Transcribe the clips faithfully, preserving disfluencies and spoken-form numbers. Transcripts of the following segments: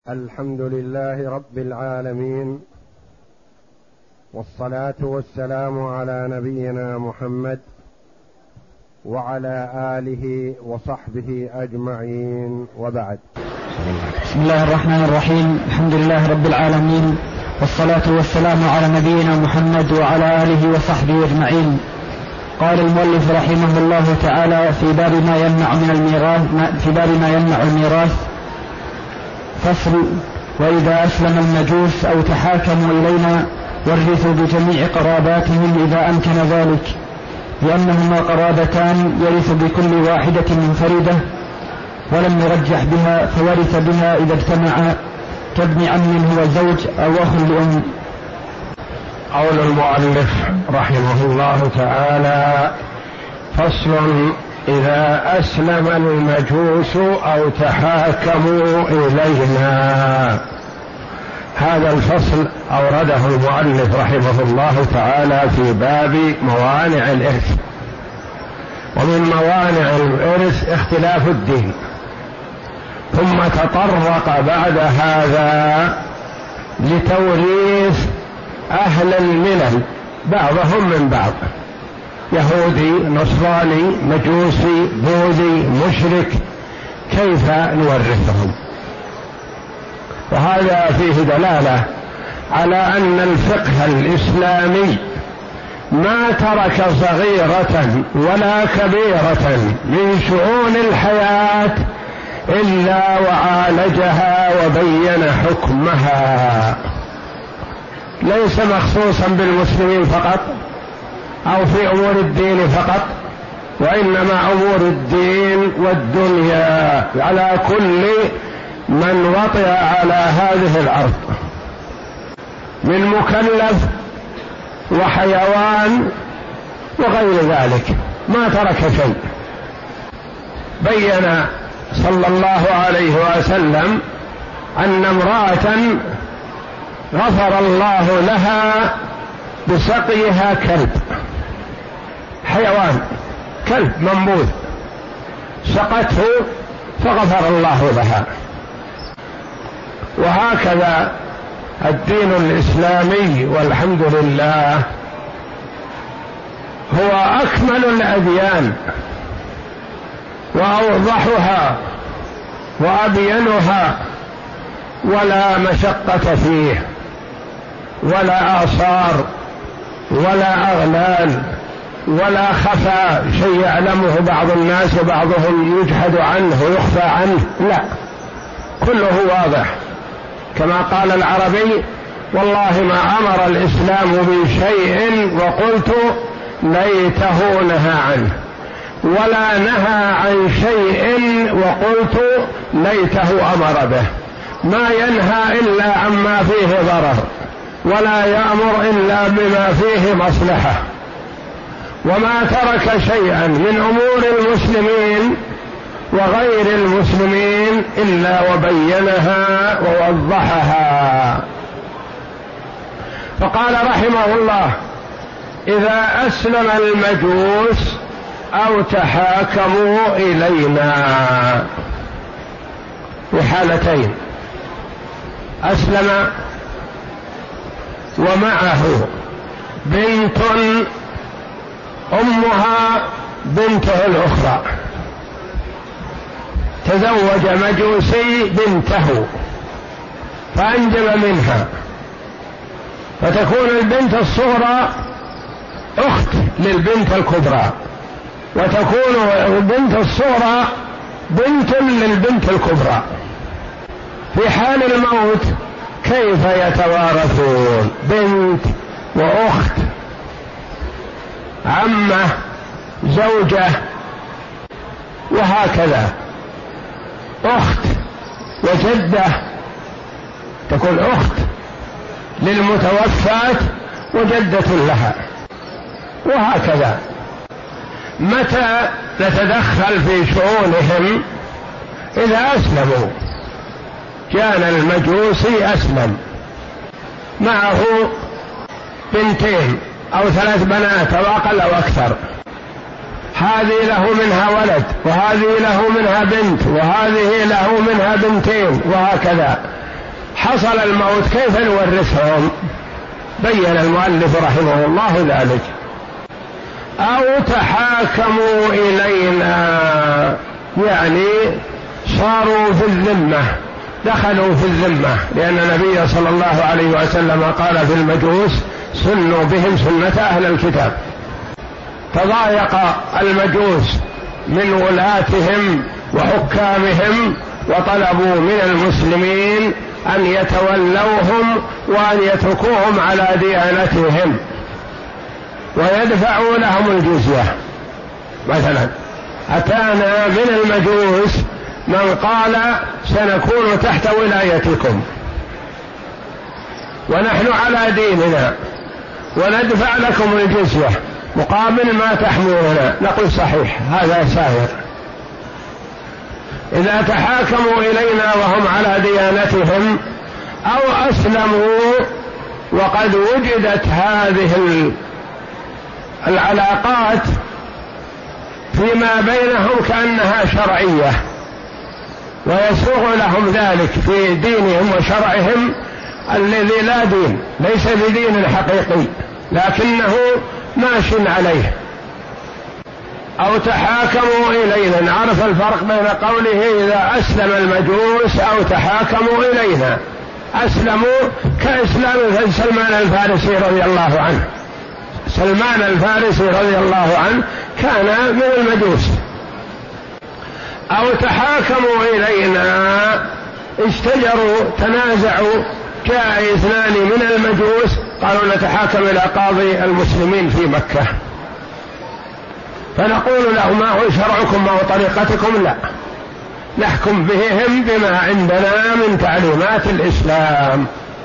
الحمد لله رب العالمين، والصلاة والسلام على نبينا محمد وعلى آله وصحبه أجمعين، وبعد. بسم الله الرحمن الرحيم. الحمد لله رب العالمين، والصلاة والسلام على نبينا محمد وعلى آله وصحبه أجمعين. قال المؤلف رحمه الله تعالى في باب ما يمنع من الميراث في باب ما يمنع الميراث فصل: وإذا أسلم المجوس أو تحاكموا إلينا ورثوا بجميع قراباتهم إذا أمكن ذلك، لأنهما قرابتان يرث بكل واحدة منفردة ولم يرجح بها، فورث بها إذا اجتمعا كابن عم هو زوج أو أخ لأم. قول المؤلف رحمه الله تعالى: فصل: إذا أسلم المجوس أو تحاكموا إلينا. هذا الفصل أورده المؤلف رحمه الله تعالى في باب موانع الإرث. ومن موانع الإرث اختلاف الدين، ثم تطرق بعد هذا لتوريث أهل الملل بعضهم من بعض، يهودي، نصراني، مجوسي، بوذي، مشرك، كيف نورثهم؟ وهذا فيه دلالة على أن الفقه الإسلامي ما ترك صغيرة ولا كبيرة من شؤون الحياة إلا وعالجها وبين حكمها، ليس مخصوصا بالمسلمين فقط أو في أمور الدين فقط، وإنما أمور الدين والدنيا على كل من وطئ على هذه الأرض من مكلف وحيوان وغير ذلك، ما ترك شيء. بين صلى الله عليه وسلم أن امرأة غفر الله لها بسقيها كلب، حيوان، كلب منبوذ، سقته فغفر الله لها. وهكذا الدين الإسلامي والحمد لله هو أكمل الأديان وأوضحها وأبينها، ولا مشقة فيه ولا آثار ولا أغلال ولا خفى شيء يعلمه بعض الناس وبعضهم يجحد عنه ويخفى عنه، لا، كله واضح. كما قال العربي: والله ما أمر الإسلام بشيء وقلت ليته نهى عنه، ولا نهى عن شيء وقلت ليته أمر به. ما ينهى إلا عما فيه ضرر، ولا يأمر إلا بما فيه مصلحة، وما ترك شيئا من أمور المسلمين وغير المسلمين إلا وبينها ووضحها. فقال رحمه الله: إذا أسلم المجوس أو تحاكموا إلينا، في حالتين: أسلم ومعه بنت أمها بنته الأخرى، تزوج مجوسي بنته فأنجب منها، فتكون البنت الصغرى أخت للبنت الكبرى، وتكون البنت الصغرى بنت للبنت الكبرى. في حال الموت كيف يتوارثون؟ بنت وأخت، عمة، زوجة، وهكذا. أخت وجدة، تكون أخت للمتوفاة وجدة لها، وهكذا. متى نتدخل في شؤونهم؟ إذا أسلموا. كان المجوسي أسلم، معه بنتين أو ثلاث بنات أو أقل أو أكثر، هذه له منها ولد، وهذه له منها بنت، وهذه له منها بنتين، وهكذا. حصل الموت كيف نورثهم؟ بين المؤلف رحمه الله ذلك. أو تحاكموا إلينا، يعني صاروا في الذمة، دخلوا في الذمة، لأن النبي صلى الله عليه وسلم قال في المجوس: سنوا بهم سنة أهل الكتاب. تضايق المجوس من ولاتهم وحكامهم، وطلبوا من المسلمين أن يتولوهم وأن يتركوهم على ديانتهم ويدفعوا لهم الجزية. مثلا أتانا من المجوس من قال: سنكون تحت ولايتكم ونحن على ديننا وندفع لكم الجزية مقابل ما تحملنا. نقول: صحيح، هذا سائر. إذا تحاكموا إلينا وهم على ديانتهم أو أسلموا وقد وجدت هذه العلاقات فيما بينهم كأنها شرعية، ويسوغ لهم ذلك في دينهم وشرعهم الذي لا دين، ليس بدين حقيقي لكنه ماش عليه. أو تحاكموا إلينا، نعرف الفرق بين قوله إذا أسلم المجوس أو تحاكموا إلينا. أسلموا كإسلام سلمان الفارسي رضي الله عنه. سلمان الفارسي رضي الله عنه كان من المجوس. أو تحاكموا إلينا، اشتجروا تنازعوا، جاء اثنان من المجوس قالوا: نتحاكم إلى قاضي المسلمين في مكة، فنقول له: ما هو شرعكم، ما هو طريقتكم؟ لا، نحكم بهم بما عندنا من تعليمات الإسلام.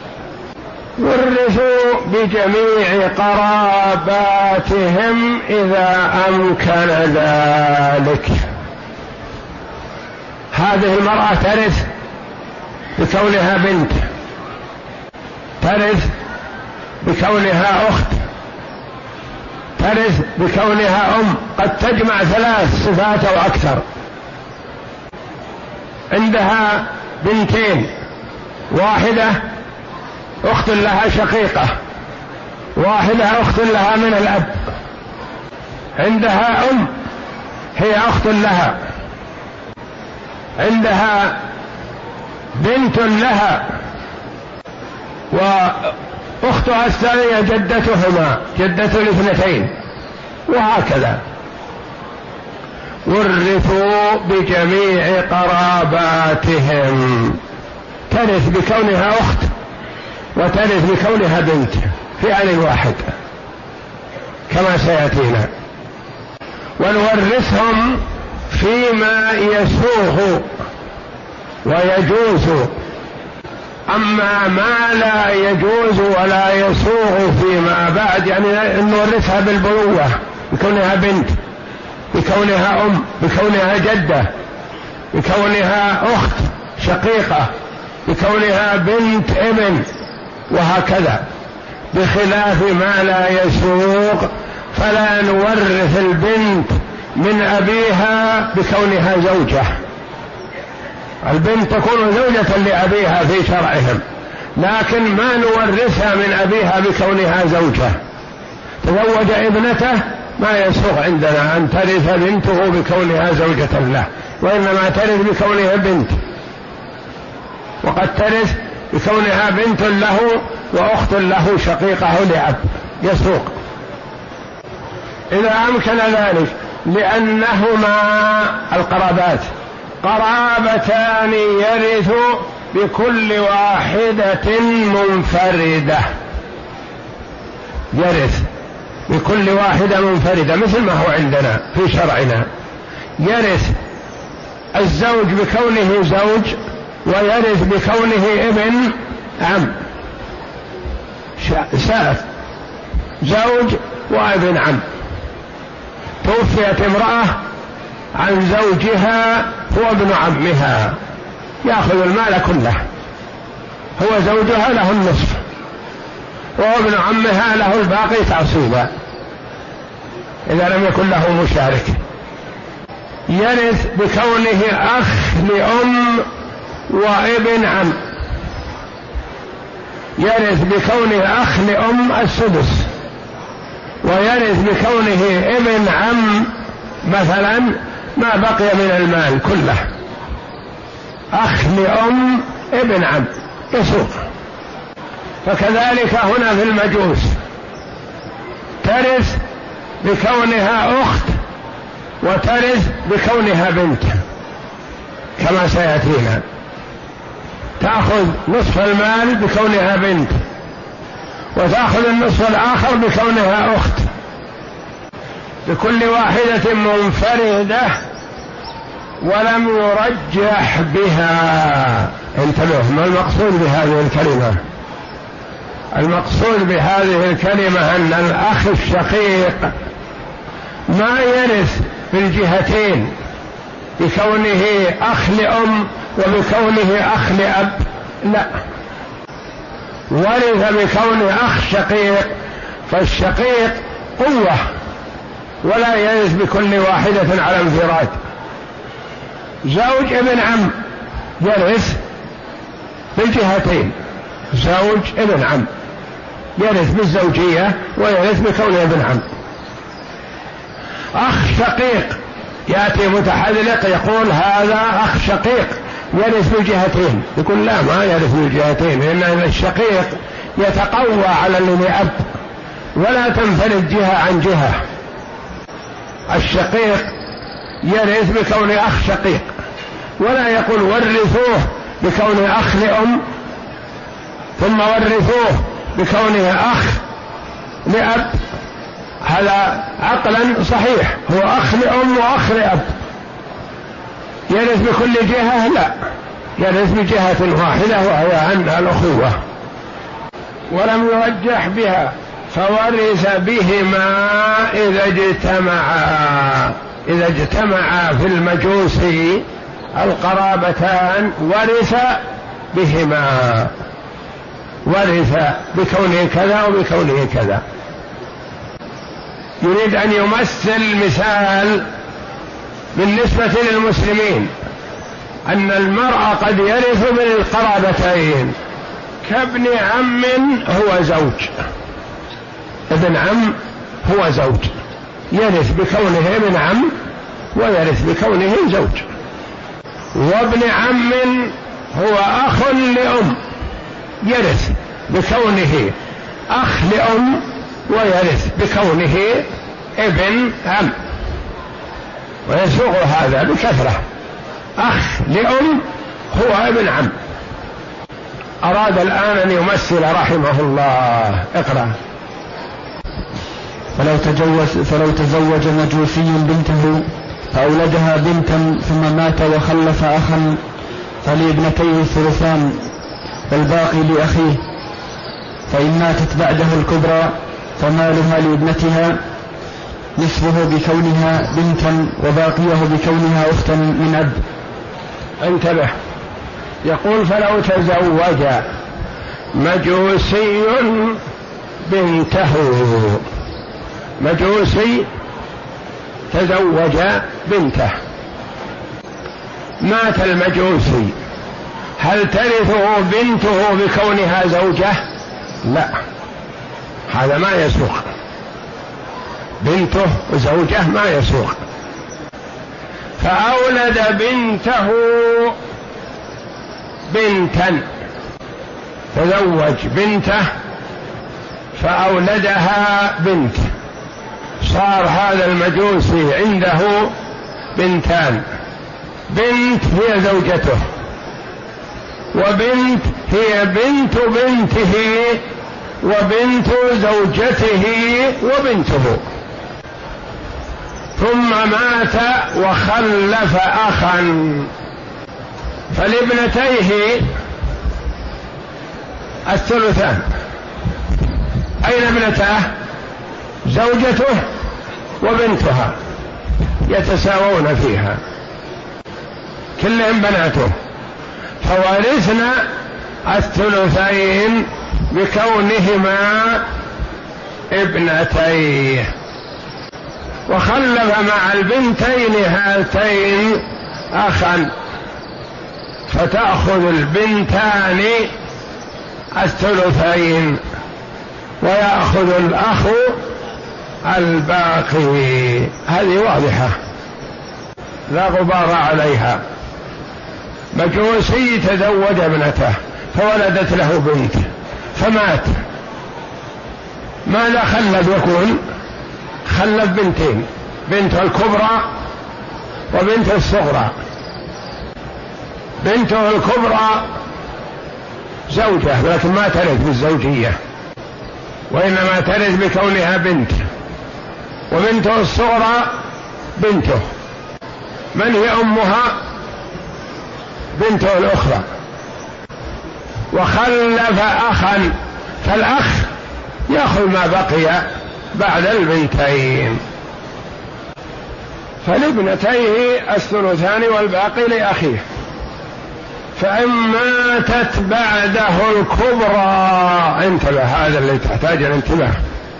ورثوا بجميع قراباتهم إذا أمكن ذلك. هذه المرأة ترث بكونها بنت، ترث بكونها أخت، ترث بكونها أم، قد تجمع ثلاث صفات أو أكثر. عندها بنتين، واحدة أخت لها شقيقة، واحدة أخت لها من الأب، عندها أم هي أخت لها، عندها بنت لها، وأختها الثانية جدتهما، جدة الاثنتين، وهكذا. ورثوا بجميع قراباتهم، ترث بكونها أخت وترث بكونها بنت في آن واحد كما سيأتينا. ونورثهم فيما يسوغ ويجوز، أما ما لا يجوز ولا يسوغ فيما بعد، يعني نورثها بالبنوة بكونها بنت، بكونها أم، بكونها جدة، بكونها أخت شقيقة، بكونها بنت ابن، وهكذا. بخلاف ما لا يسوق فلا نورث البنت من أبيها بكونها زوجة. البنت تكون زوجة لأبيها في شرعهم، لكن ما نورثها من أبيها بكونها زوجة. تزوج ابنته ما يسوغ عندنا أن ترث بنته بكونها زوجة له، وإنما ترث بكونها بنت، وقد ترث بكونها بنت له وأخت له شقيقة لأب، يسوق إذا أمكن ذلك، لأنهما القرابات قرابتان يرث بكل واحدة منفردة، يرث بكل واحدة منفردة مثل ما هو عندنا في شرعنا. يرث الزوج بكونه زوج، ويرث بكونه ابن عم، سالف زوج وابن عم. توفيت امرأة عن زوجها هو ابن عمها، يأخذ المال كله، هو زوجها له النصف وابن عمها له الباقي تعصيبا إذا لم يكن له مشارك. يرث بكونه أخ لأم وابن عم، يرث بكونه أخ لأم السدس، ويرث بكونه ابن عم مثلا ما بقي من المال كله. أخ لأم ابن عم يسوق. فكذلك هنا في المجوس ترث بكونها أخت وترث بكونها بنت كما سيأتينا. تأخذ نصف المال بكونها بنت، وتأخذ النصف الآخر بكونها أخت، لكل واحدة منفردة ولم يرجح بها. انتبه، ما المقصود بهذه الكلمة؟ المقصود بهذه الكلمة أن الأخ الشقيق ما يرث بالجهتين بكونه أخ لأم وبكونه أخ لأب، لا، ورث بكونه أخ شقيق، فالشقيق قوة ولا يرث بكل واحدة على انفراد. زوج ابن عم يرث بالجهتين، زوج ابن عم يرث بالزوجية ويرث بكونه ابن عم. أخ شقيق يأتي متحذلق يقول هذا أخ شقيق يرث بالجهتين، يقول لا، ما يرث بالجهتين، لأن الشقيق يتقوى على اللي أب ولا تنفرد جهة عن جهة. الشقيق يرث بكون أخ شقيق، ولا يقول ورثوه بكونه أخ لأم ثم ورثوه بكونه أخ لأب. هذا عقلا صحيح، هو أخ لأم وأخ لأب، يرث بكل جهة؟ لا، يرث بجهة واحدة وهي عنها الأخوة. ولم يرجح بها، فورث بهما إذا اجتمعا. إذا اجتمعا في المجوس القرابتان ورث بهما، ورث بكونه كذا وبكونه كذا. يريد أن يمثل مثال بالنسبة للمسلمين أن المرأة قد يرث من القرابتين، كابن عم هو زوج، ابن عم هو زوج، يرث بكونه ابن عم ويرث بكونه زوج. وابن عم هو أخ لأم، يرث بكونه أخ لأم ويرث بكونه ابن عم، ويسوغ هذا بكثرة. أخ لأم هو ابن عم. أراد الآن أن يمثل رحمه الله. اقرأ. فلو تجوز فلو تزوج مجوسي بنته فأولدها بنتا ثم مات وخلف أخا فلابنتيه الثلثان والباقي لأخيه، فإن ماتت بعده الكبرى فمالها لابنتها نصفه بكونها بنتا وباقيه بكونها أختا من أب. انتبه، يقول فلو تزوج مجوسي بنته، مجوسي تزوج بنته، مات المجوسي، هل ترثه بنته بكونها زوجة؟ لا، هذا ما يسوق، بنته وزوجة ما يسوق. فأولد بنته بنتا، تزوج بنته فأولدها بنت، صار هذا المجوسي عنده بنتان، بنت هي زوجته وبنت هي بنت بنته وبنت زوجته وبنته، ثم مات وخلف أخا، فلابنتيه الثلثان. أين ابنتاه؟ زوجته وبنتها يتساوون فيها، كلهم بناته، فورثنا الثلثين بكونهما ابنتيه، وخلف مع البنتين هاتين أخا، فتأخذ البنتان الثلثين ويأخذ الأخ الباقي. هذه واضحة لا غبار عليها. مجوسي تزوج ابنته فولدت له بنت فمات، ماذا خلف يكون؟ خلف بنتين، بنت الكبرى وبنت الصغرى. بنته الكبرى زوجة لكن ما ترث بالزوجية وإنما ترث بكونها بنت، وبنته الصغرى بنته. من هي أمها؟ بنته الأخرى. وخلف أخا، فالأخ يأخذ ما بقي بعد البنتين. فلابنتيه الثلثان والباقي لأخيه. فإن ماتت بعده الكبرى، انتبه هذا اللي تحتاج الانتباه،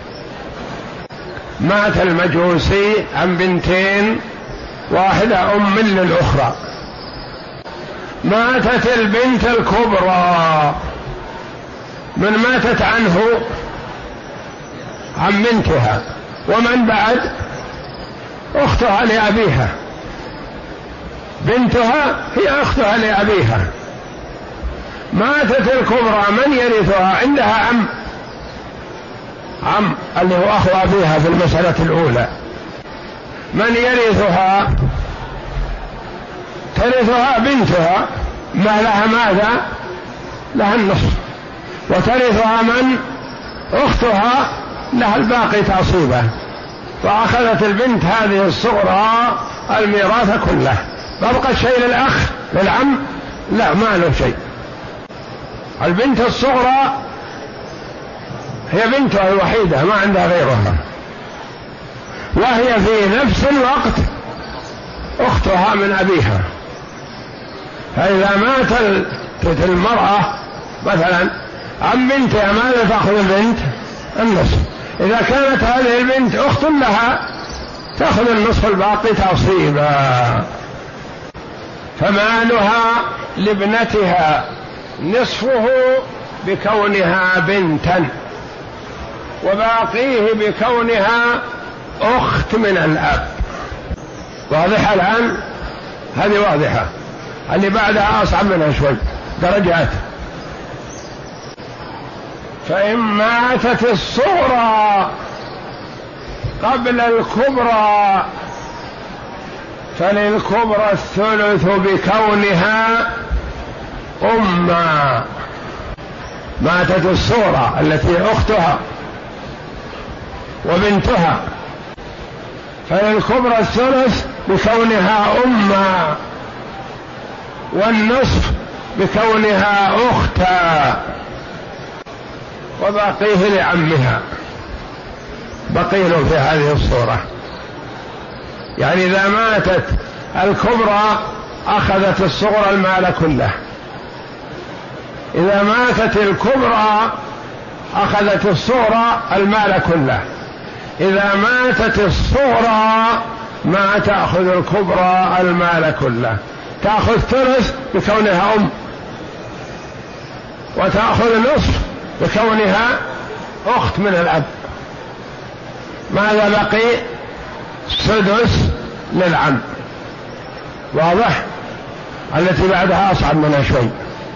مات المجوسي عن بنتين، واحدة أم للأخرى، ماتت البنت الكبرى، من ماتت عنه؟ عن بنتها، ومن بعد؟ أختها لأبيها، بنتها هي أختها لأبيها. ماتت الكبرى، من يرثها؟ عندها عم، عم اللي هو أخو أبيها في المسألة الأولى. من يرثها؟ ترثها بنتها، ما لها ماذا؟ لها النصف. وترثها من؟ أختها، لها الباقي تعصيبه. فأخذت البنت هذه الصغرى الميراث كله. بقى الشيء للأخ للعم؟ لا، ما له شيء. البنت الصغرى هي بنتها الوحيدة، ما عندها غيرها، وهي في نفس الوقت أختها من أبيها. فإذا ماتت المرأة مثلا عن بنتها، ماذا تأخذ البنت؟ النصف. إذا كانت هذه البنت أخت لها تأخذ النصف الباقي تعصيبا. فمالها لابنتها نصفه بكونها بنتا، وباقيه بكونها أخت من الأب. واضحة الآن؟ هذه واضحة. اللي بعدها أصعب منها شوي، درجات. فإن ماتت الصغرى قبل الكبرى فللكبرى الثلث بكونها أما. ماتت الصغرى التي أختها وبنتها، فللكبرى الثلث بكونها أما، والنصف بكونها أختا، وباقيه لعمها. بقيل في هذه الصورة، يعني إذا ماتت الكبرى أخذت الصغرى المال كله، إذا ماتت الكبرى أخذت الصغرى المال كله، إذا ماتت الصغرى ما تأخذ الكبرى المال كله، تأخذ ثلث بكونها أم، وتأخذ نصف بكونها أخت من الأب. ماذا بقي؟ سدس للعم. واضح؟ التي بعدها أصعب منها شوي.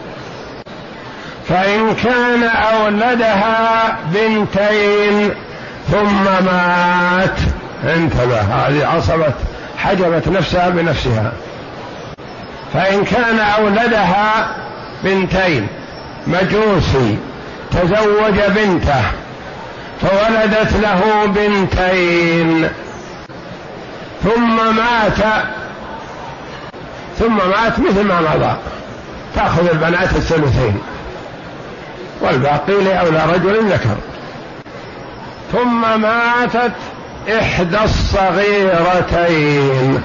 فإن كان أولدها بنتين ثم مات، انتبه، هذه عصبت حجبت نفسها بنفسها. فإن كان أولدها بنتين، مجوسي تزوج بنته فولدت له بنتين ثم مات، ثم مات مثل ما مضى، تأخذ البنات الثلثين والباقي لأولى رجل ذكر. ثم ماتت إحدى الصغيرتين،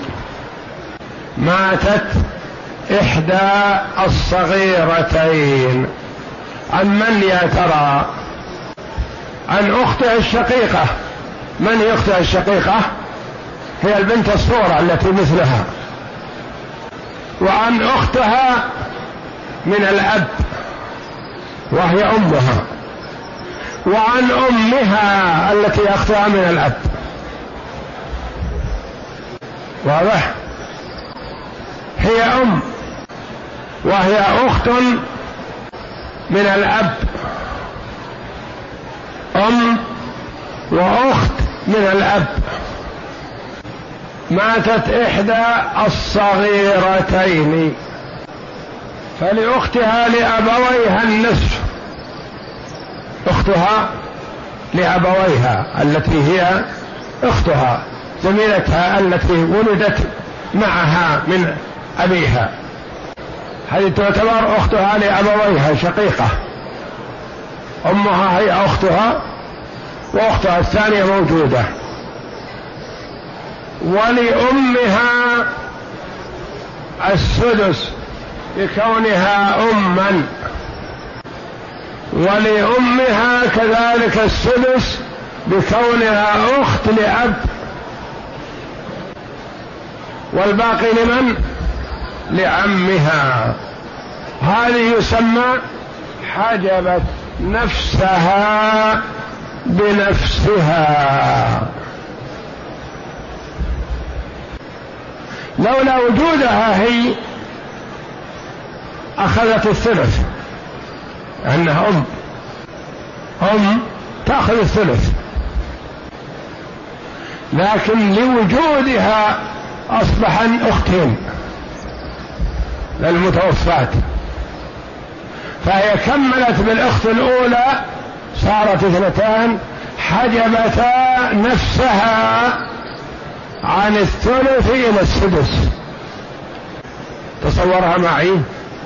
ماتت إحدى الصغيرتين، عن من يا ترى؟ عن أختها الشقيقة. من هي أختها الشقيقة؟ هي البنت الصغرى التي مثلها. وعن أختها من الأب وهي أمها، وعن أمها التي أختها من الأب. واضح؟ هي أم وهي أخت من الأب، أم وأخت من الأب. ماتت إحدى الصغيرتين فلأختها لأبويها النصف، أختها لأبويها التي هي أختها زميلتها التي ولدت معها من أبيها، هذه تعتبر أختها لأبويها شقيقة، أمها هي أختها وأختها الثانية موجودة. ولأمها السدس بكونها أما، ولأمها كذلك السدس بكونها أخت لأب، والباقي لمن؟ لعمها. هذه يسمى حجبت نفسها بنفسها، لولا وجودها هي أخذت الثلث، أنها أم أم تأخذ الثلث، لكن لوجودها أصبح أختين للمتوفاة، فهي كملت بالأخت الأولى صارت اثنتان، حجبتا نفسها عن الثلث إلى السدس. تصورها معي،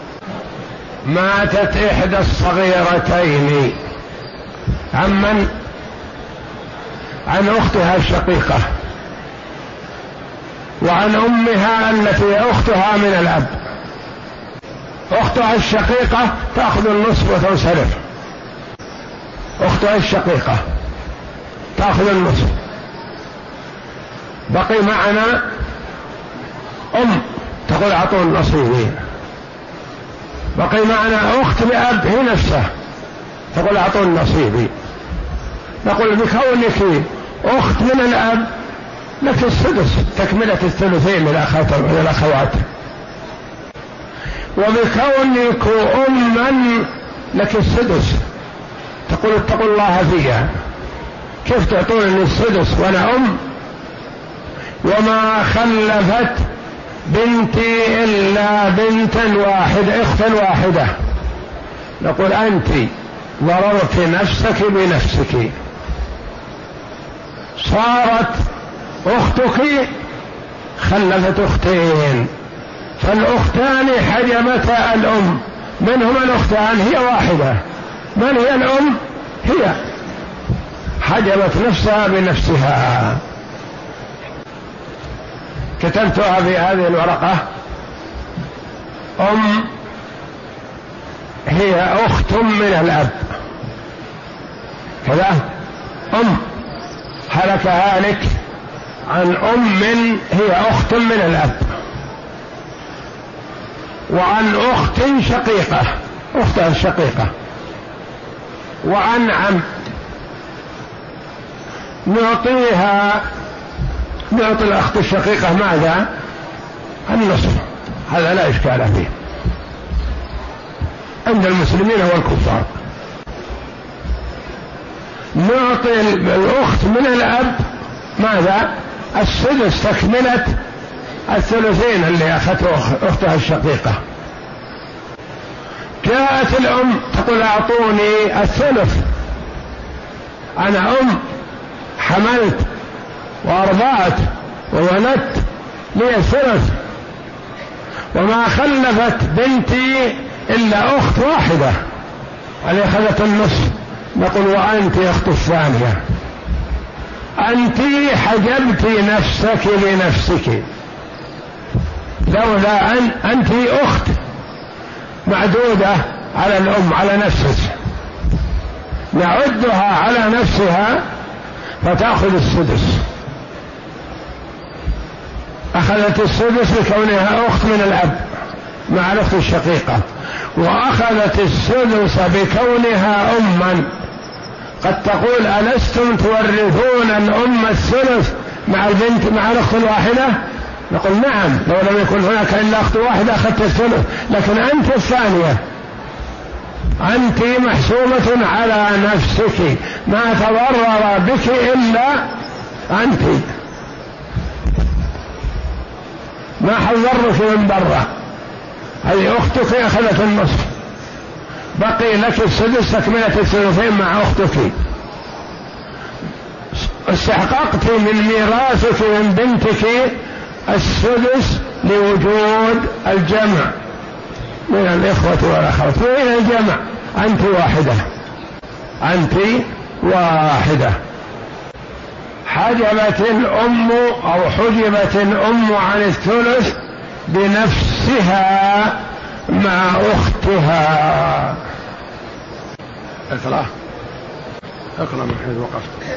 ماتت إحدى الصغيرتين عمن عن أختها الشقيقة وعن أمها التي أختها من الأب. أختها الشقيقة تأخذ النصف وتنصرف، أختها الشقيقة تأخذ النصف، بقي معنا أم تقول أعطون نصيبي، بقي معنا أخت لأب هي نفسها تقول أعطون نصيبي. نقول بكونك أخت من الأب لك السدس تكملة الثلثين للأخوات، وبكونك أما لك السدس تقول اتقوا الله فيها، كيف تعطونني السدس وأنا أم وما خلفت بنتي إلا بنتا واحدة أختا واحدة؟ نقول أنت ضررت نفسك بنفسك، صارت أختك خلفت أختين، فالأختان حجبتا الأم، من هما الأختان؟ هي واحدة، من هي الأم؟ هي حجبت نفسها بنفسها. كتبتها في هذه الورقة، أم هي أخت من الأب كذا، أم هلك هالك عن أم هي أخت من الأب، وعن أخت شقيقة أختها الشقيقة، وعن عم. نعطيها نعطي الأخت الشقيقة ماذا؟ النصف، هذا لا إشكال فيه عند المسلمين والكفار. نعطي الأخت من الأب ماذا؟ السدس تكملة الثلثين اللي أخذته أختها الشقيقة. جاءت الأم تقول أعطوني الثلث، أنا أم حملت وأرضعت وولدت لي الثلث، وما خلفت بنتي إلا أخت واحدة اللي أخذت النصف. نقول وأنت أخت الثانية، أنت حجبت نفسك بنفسك، لولا أن أنت أخت معدودة على الأم على نفسك، نعدها على نفسها فتأخذ السدس. أخذت السدس لكونها أخت من الأب مع الأخت الشقيقة، وأخذت السدس بكونها أما، قد تقول ألستم تورثون الأم الثلث مع البنت مع الأخت الواحدة؟ نقول نعم، لو لم يكن هناك إلا أخت واحدة أخذت الثلث، لكن أنت الثانية، أنت محسومة على نفسك، ما تضرر بك إلا أنت، ما حذرك من برا. هذه أختك أخذت النصف، بقي لك السدس تكملة الثلثين مع أختك، استحققت من ميراثك من بنتك السدس لوجود الجمع من الإخوة والأخوات، وإلى الجمع أنت واحدة، أنت واحدة. حجبت الأم أو حجبت الأم عن الثلث بنفسها مع أختها. اقرأ اقرأ من حيث وقفت.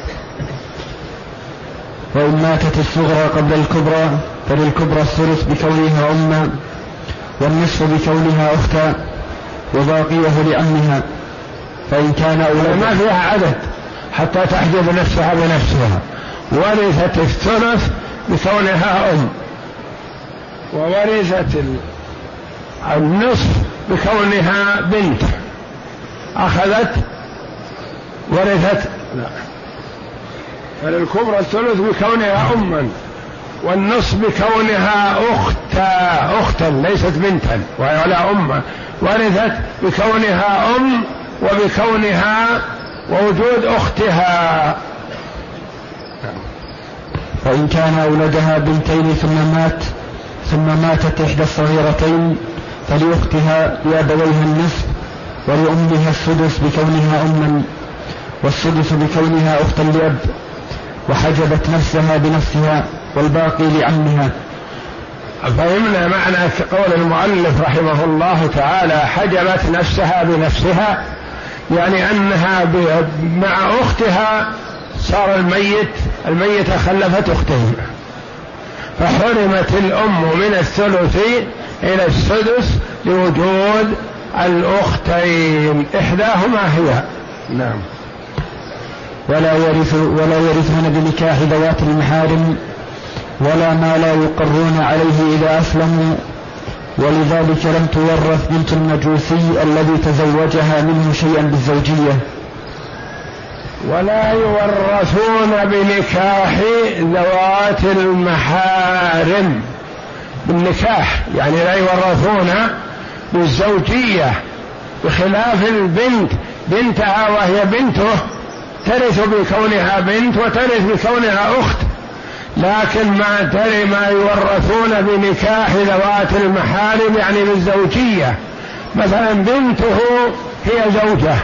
وإن ماتت الصغرى قبل الكبرى فللكبرى الثلث بكونها أما، والنصف بكونها أختا، وباقيه لعمها. فإن كان أولاد ما فيها عدد حتى تحجب نفسها بنفسها، ورثت الثلث بكونها أم، وورثت النصف بكونها بنت، أخذت ورثت لا، فللكبرى الثلث بكونها أما، والنصف بكونها أختا أختا ليست بنتا ولا أما، ورثت بكونها أم وبكونها ووجود أختها. فإن كان أولدها بنتين ثم مات ثم ماتت إحدى الصغيرتين فلأختها لأبويها النصف، ولأمها السدس بكونها أما، والسدس بكونها أختا لأب، وحجبت نفسها بنفسها، والباقي لعمها. فهمنا معنى قول المؤلف رحمه الله تعالى حجبت نفسها بنفسها، يعني أنها مع أختها صار الميت الميتة خلفت أختين، فحرمت الأم من الثلث إلى السدس لوجود الأختين إحداهما هي. نعم. ولا يرث ولا يرثون بنكاح ذوات المحارم ولا ما لا يقرون عليه إذا أسلموا، ولذلك لم تورث بنت المجوسي الذي تزوجها منه شيئا بالزوجية. ولا يورثون بنكاح ذوات المحارم، بالنكاح يعني لا يورثون بالزوجية، بخلاف البنت بنتها وهي بنته ترث بكونها بنت وترث بكونها أخت، لكن ما ترى ما يورثون بنكاح ذوات المحارم يعني بالزوجية. مثلا بنته هي زوجة،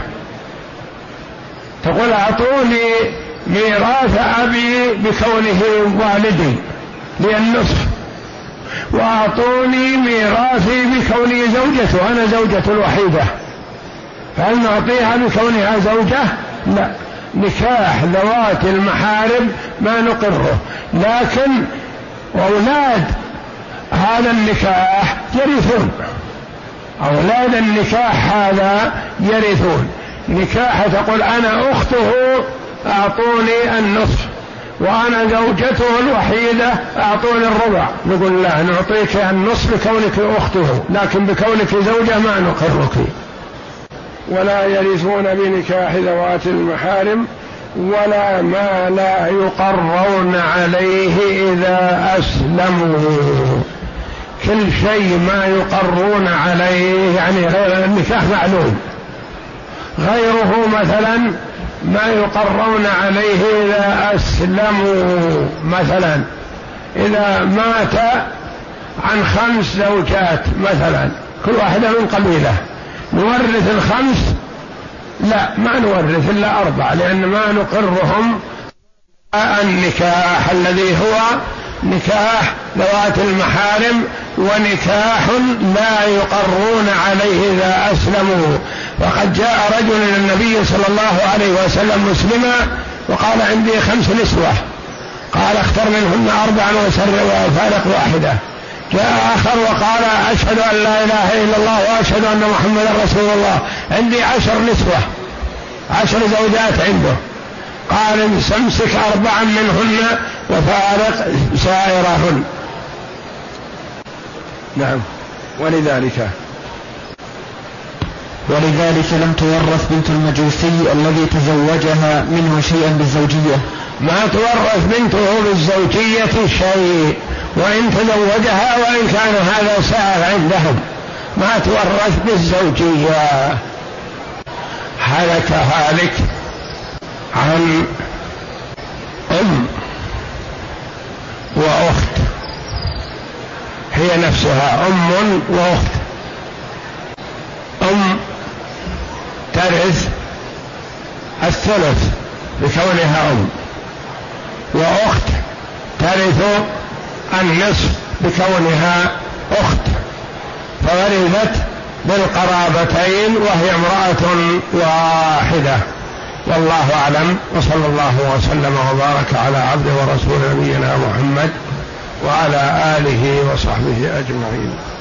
تقول أعطوني ميراث أبي بكونه والدي للنصف، وأعطوني ميراثي بكوني زوجته أنا زوجة الوحيدة، فهل نعطيها بكونها زوجة؟ لا، نكاح ذوات المحارم ما نقره، لكن أولاد هذا النكاح يرثون، أولاد النكاح هذا يرثون. نكاح تقول أنا أخته أعطوني النصف، وأنا زوجته الوحيدة أعطوني الربع، نقول لا، نعطيك النصف بكونك أخته، لكن بكونك زوجة ما نقرك. ولا يرثون بنكاح ذوات المحارم ولا ما لا يقرون عليه إذا أسلموا، كل شيء ما يقرون عليه يعني غير النكاح معلوم، غيره مثلا ما يقرون عليه إذا أسلموا. مثلا إذا مات عن خمس زوجات مثلا كل واحدة من قبيلة، نورث الخمس؟ لا، ما نورث إلا أربعة، لأن ما نقرهم النكاح الذي هو نكاح ذوات المحارم، ونكاح لا يقرون عليه إذا أسلموا. وقد جاء رجل إلى النبي صلى الله عليه وسلم مسلما وقال عندي خمس نسوة، قال اختر منهن أربعا وفارق واحدة، جاء آخر وقال أشهد أن لا إله إلا الله وأشهد أن محمدا رسول الله، عندي عشر نسوة، عشر زوجات عنده. قال امسك أربعا منهن وفارق سائرهن. نعم. ولذلك ولذلك لم تورث بنت المجوسي الذي تزوجها منه شيئا بالزوجية. ما تورث بنته بالزوجية شيء، وإن تزوجها وإن كان هذا سائر عندهم ما تورث بالزوجية. هلك هالك عن أم وأخت، هي نفسها أم وأخت. أم ترث الثلث بكونها أم، وأخت ترث النصف بكونها أخت، فورثت بالقرابتين وهي امرأة واحدة. والله أعلم، وصلى الله وسلم وبارك على عبده ورسول نبينا محمد وعلى آله وصحبه أجمعين.